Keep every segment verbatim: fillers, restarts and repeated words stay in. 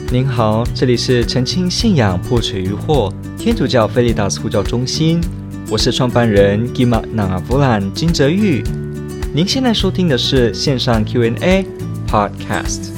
您好，这里是澄清信仰破除疑惑天主教菲利达斯呼叫中心，我是创办人 Gima Nangavulan 金哲玉。您现在收听的是线上 Q and A Podcast。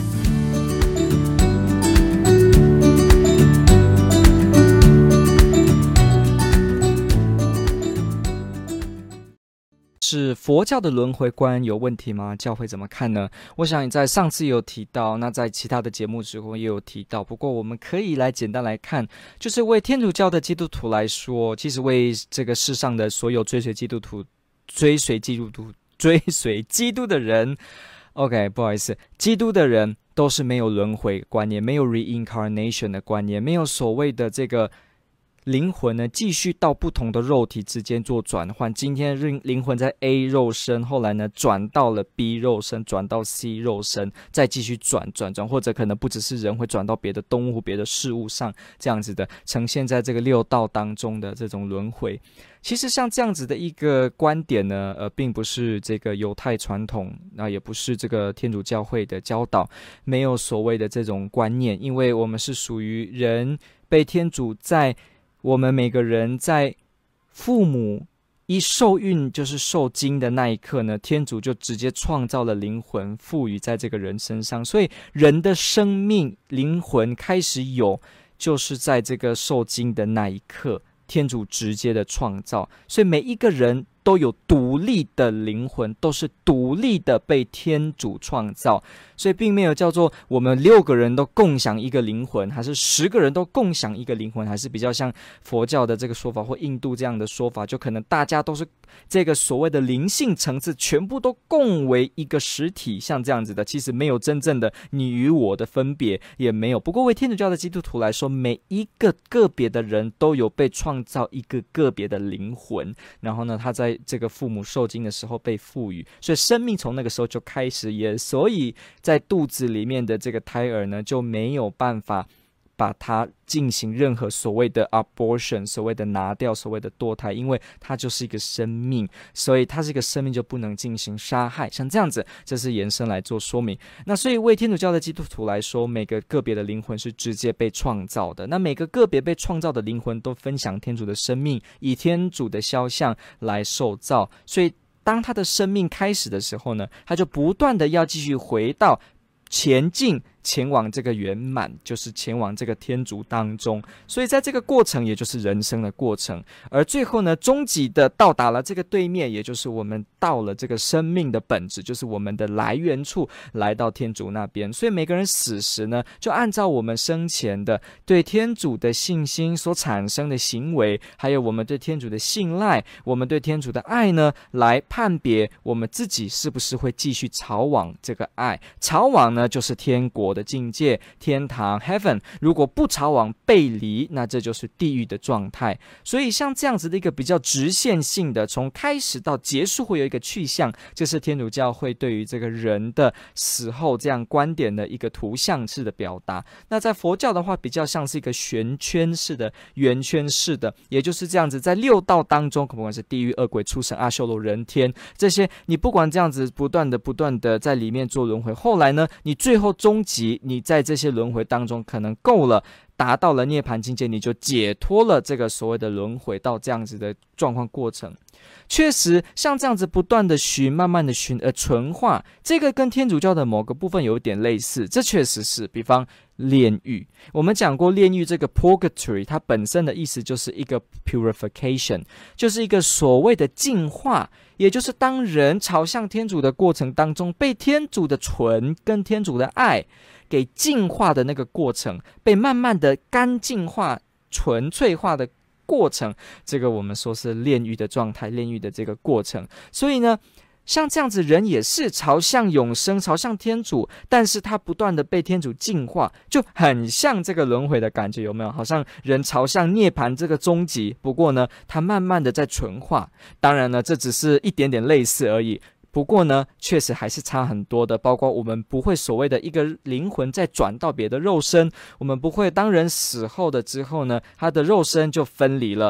是佛教的轮回观有问题吗？教会怎么看呢？我想你在上次也有提到，那在其他的节目之后也有提到，不过我们可以来简单来看，就是为天主教的基督徒来说，其实为这个世上的所有追随基督徒、追随基督徒、追随基督的人 ，OK， 不好意思，基督的人都是没有轮回观念，没有 reincarnation 的观念，没有所谓的这个灵魂呢，继续到不同的肉体之间做转换。今天灵魂在 A 肉身，后来呢转到了 B 肉身，转到 C 肉身，再继续转转转，或者可能不只是人，会转到别的动物、别的事物上，这样子的呈现在这个六道当中的这种轮回。其实像这样子的一个观点呢，呃，并不是这个犹太传统，那也不是这个天主教会的教导，没有所谓的这种观念，因为我们是属于人被天主在我们每个人在父母一受孕就是受精的那一刻呢，天主就直接创造了灵魂，赋予在这个人身上，所以人的生命灵魂开始有，就是在这个受精的那一刻，天主直接的创造，所以每一个人都有独立的灵魂，都是独立的被天主创造，所以并没有叫做我们六个人都共享一个灵魂，还是十个人都共享一个灵魂，还是比较像佛教的这个说法或印度这样的说法，就可能大家都是这个所谓的灵性层次全部都共为一个实体，像这样子的，其实没有真正的你与我的分别，也没有。不过为天主教的基督徒来说，每一个个别的人都有被创造一个个别的灵魂，然后呢他在这个父母受精的时候被赋予，所以生命从那个时候就开始，也所以在肚子里面的这个胎儿呢就没有办法把它进行任何所谓的 abortion， 所谓的拿掉，所谓的堕胎，因为它就是一个生命，所以它是一个生命就不能进行杀害，像这样子，这是延伸来做说明。那所以为天主教的基督徒来说，每个个别的灵魂是直接被创造的，那每个个别被创造的灵魂都分享天主的生命，以天主的肖像来受造，所以当他的生命开始的时候呢，他就不断的要继续回到前进，前往这个圆满，就是前往这个天主当中，所以在这个过程也就是人生的过程，而最后呢终极的到达了这个对面，也就是我们到了这个生命的本质，就是我们的来源处，来到天主那边。所以每个人死时呢，就按照我们生前的对天主的信心所产生的行为，还有我们对天主的信赖，我们对天主的爱呢，来判别我们自己是不是会继续朝往这个爱。朝往呢就是天国的境界，天堂 heaven， 如果不朝往背离，那这就是地狱的状态。所以像这样子的一个比较直线性的，从开始到结束会有一个去向，这是天主教会对于这个人的死后这样观点的一个图像式的表达。那在佛教的话，比较像是一个圆圈式的圆圈式的，也就是这样子，在六道当中，不管是地狱、恶鬼、畜生、阿修罗、人天，这些你不管这样子不断的不断的在里面做轮回，后来呢你最后终极，你在这些轮回当中可能够了，达到了涅槃境界，你就解脱了这个所谓的轮回到这样子的状况过程。确实像这样子不断的寻，慢慢的寻而纯化，这个跟天主教的某个部分有点类似，这确实是。比方炼狱，我们讲过炼狱这个 purgatory， 它本身的意思就是一个 purification， 就是一个所谓的净化，也就是当人朝向天主的过程当中，被天主的纯跟天主的爱给净化的那个过程，被慢慢的干净化、纯粹化的过程，这个我们说是炼狱的状态，炼狱的这个过程。所以呢像这样子，人也是朝向永生，朝向天主，但是他不断的被天主净化，就很像这个轮回的感觉，有没有？好像人朝向涅槃这个终极，不过呢他慢慢的在纯化。当然呢这只是一点点类似而已，不过呢确实还是差很多的，包括我们不会所谓的一个灵魂再转到别的肉身，我们不会当人死后的之后呢，他的肉身就分离了，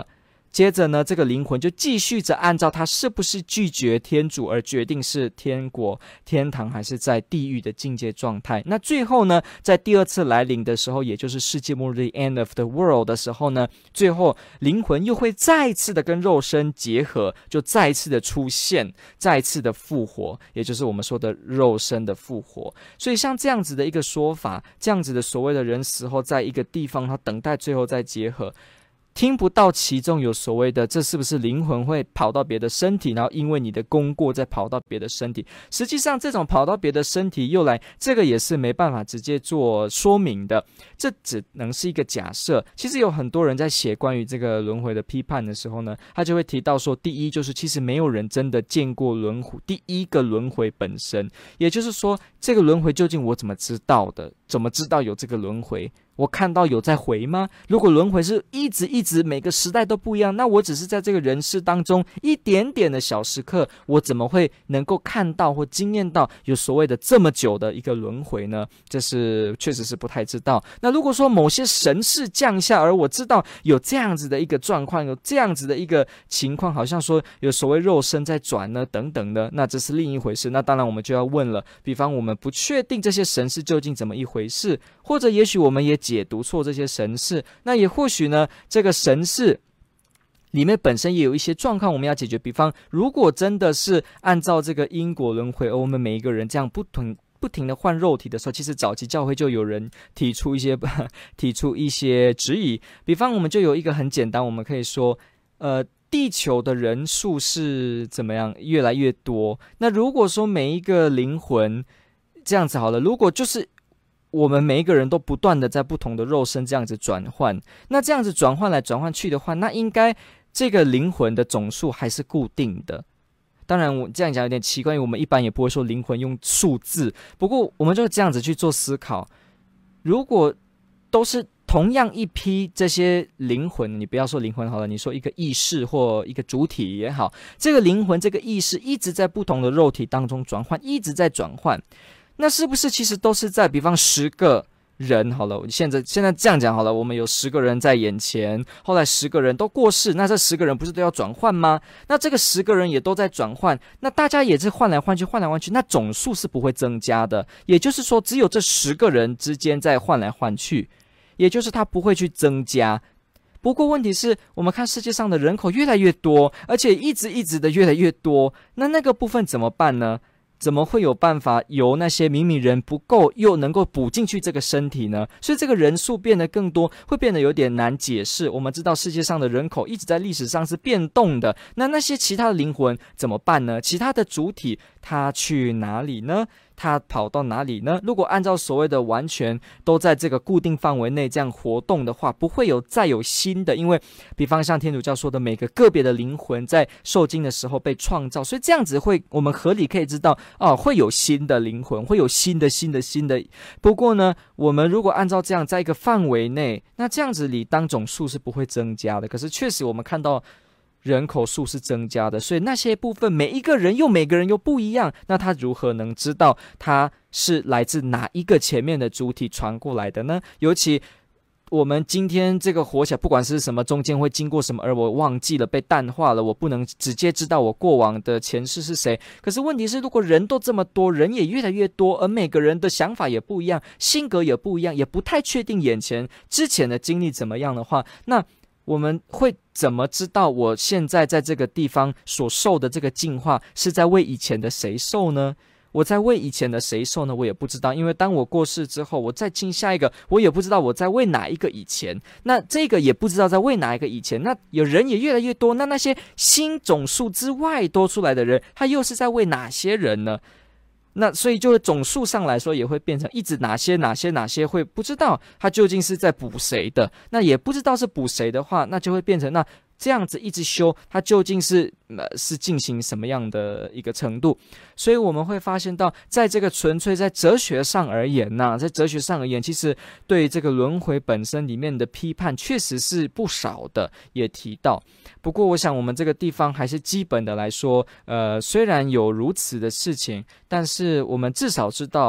接着呢，这个灵魂就继续着按照他是不是拒绝天主而决定是天国、天堂还是在地狱的境界状态。那最后呢，在第二次来临的时候，也就是世界末日 the end of the world 的时候呢，最后灵魂又会再一次的跟肉身结合，就再一次的出现，再一次的复活，也就是我们说的肉身的复活。所以像这样子的一个说法，这样子的所谓的人死后在一个地方，他等待最后再结合，听不到其中有所谓的这是不是灵魂会跑到别的身体，然后因为你的功过再跑到别的身体。实际上这种跑到别的身体又来，这个也是没办法直接做说明的，这只能是一个假设。其实有很多人在写关于这个轮回的批判的时候呢，他就会提到说，第一就是其实没有人真的见过轮回，第一个轮回本身，也就是说这个轮回究竟我怎么知道的，怎么知道有这个轮回，我看到有在回吗？如果轮回是一直一直每个时代都不一样，那我只是在这个人世当中一点点的小时刻，我怎么会能够看到或经验到有所谓的这么久的一个轮回呢？这是确实是不太知道。那如果说某些神事降下，而我知道有这样子的一个状况，有这样子的一个情况，好像说有所谓肉身在转呢等等的，那这是另一回事。那当然我们就要问了，比方我们不确定这些神事究竟怎么一回事，或者也许我们也解读错这些神事，那也或许呢，这个神事里面本身也有一些状况我们要解决。比方如果真的是按照这个因果轮回，而我们每一个人这样不同不停的换肉体的时候，其实早期教会就有人提出一些提出一些质疑。比方我们就有一个很简单，我们可以说呃地球的人数是怎么样越来越多，那如果说每一个灵魂这样子好了，如果就是我们每一个人都不断的在不同的肉身这样子转换，那这样子转换来转换去的话，那应该这个灵魂的总数还是固定的。当然我这样讲有点奇怪，因为我们一般也不会说灵魂用数字，不过我们就这样子去做思考，如果都是同样一批这些灵魂，你不要说灵魂好了，你说一个意识或一个主体也好，这个灵魂这个意识一直在不同的肉体当中转换，一直在转换，那是不是其实都是在比方十个人好了，现在现在这样讲好了，我们有十个人在眼前，后来十个人都过世，那这十个人不是都要转换吗？那这个十个人也都在转换，那大家也是换来换去换来换去，那总数是不会增加的，也就是说只有这十个人之间在换来换去，也就是它不会去增加。不过问题是我们看世界上的人口越来越多，而且一直一直的越来越多，那那个部分怎么办呢？怎么会有办法由那些明明人不够又能够补进去这个身体呢？所以这个人数变得更多，会变得有点难解释。我们知道世界上的人口一直在历史上是变动的，那那些其他的灵魂怎么办呢？其他的主体它去哪里呢？它跑到哪里呢？如果按照所谓的完全都在这个固定范围内这样活动的话，不会有再有新的，因为比方像天主教说的，每个个别的灵魂在受精的时候被创造，所以这样子会我们合理可以知道哦，会有新的灵魂，会有新的新的新的。不过呢，我们如果按照这样在一个范围内，那这样子里当总数是不会增加的。可是确实我们看到人口数是增加的，所以那些部分每一个人又每个人又不一样，那他如何能知道他是来自哪一个前面的主体传过来的呢？尤其我们今天这个活起来，不管是什么中间会经过什么，而我忘记了，被淡化了，我不能直接知道我过往的前世是谁。可是问题是，如果人都这么多，人也越来越多，而每个人的想法也不一样，性格也不一样，也不太确定眼前之前的经历怎么样的话，那我们会怎么知道我现在在这个地方所受的这个进化是在为以前的谁受呢？我在为以前的谁受呢？我也不知道，因为当我过世之后，我再进下一个，我也不知道我在为哪一个以前，那这个也不知道在为哪一个以前，那有人也越来越多，那那些新总数之外多出来的人，他又是在为哪些人呢？那所以就总数上来说也会变成一直哪些哪些哪些会不知道他究竟是在补谁的，那也不知道是补谁的话，那就会变成那这样子一直修，它究竟是呃是进行什么样的一个程度？所以我们会发现到，在这个纯粹在哲学上而言呢、啊，在哲学上而言，其实对这个轮回本身里面的批判确实是不少的，也提到。不过，我想我们这个地方还是基本的来说，呃，虽然有如此的事情，但是我们至少知道，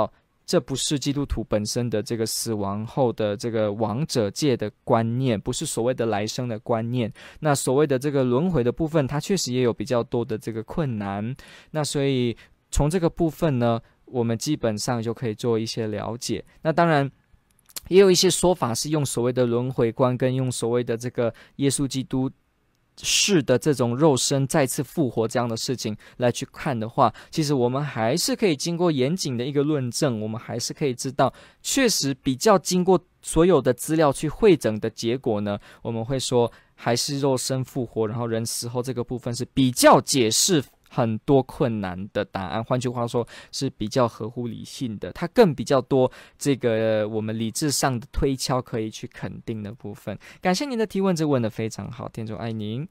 这不是基督徒本身的这个死亡后的这个亡者界的观念，不是所谓的来生的观念。那所谓的这个轮回的部分，它确实也有比较多的这个困难。那所以从这个部分呢，我们基本上就可以做一些了解。那当然也有一些说法是用所谓的轮回观跟用所谓的这个耶稣基督是的这种肉身再次复活这样的事情来去看的话，其实我们还是可以经过严谨的一个论证，我们还是可以知道确实比较经过所有的资料去汇整的结果呢，我们会说还是肉身复活然后人死后这个部分是比较解释很多困难的答案，换句话说是比较合乎理性的，它更比较多这个我们理智上的推敲可以去肯定的部分。感谢您的提问，这问得非常好，天主爱您。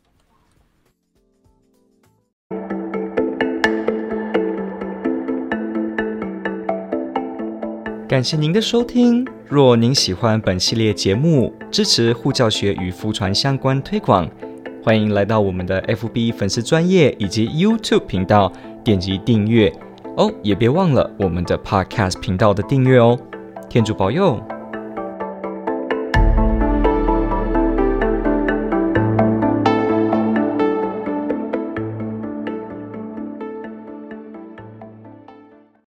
感谢您的收听，若您喜欢本系列节目，支持护教学与福传相关推广，欢迎来到我们的 F B 粉丝专页以及 YouTube 频道点击订阅哦，也别忘了我们的 Podcast 频道的订阅哦。天主保佑。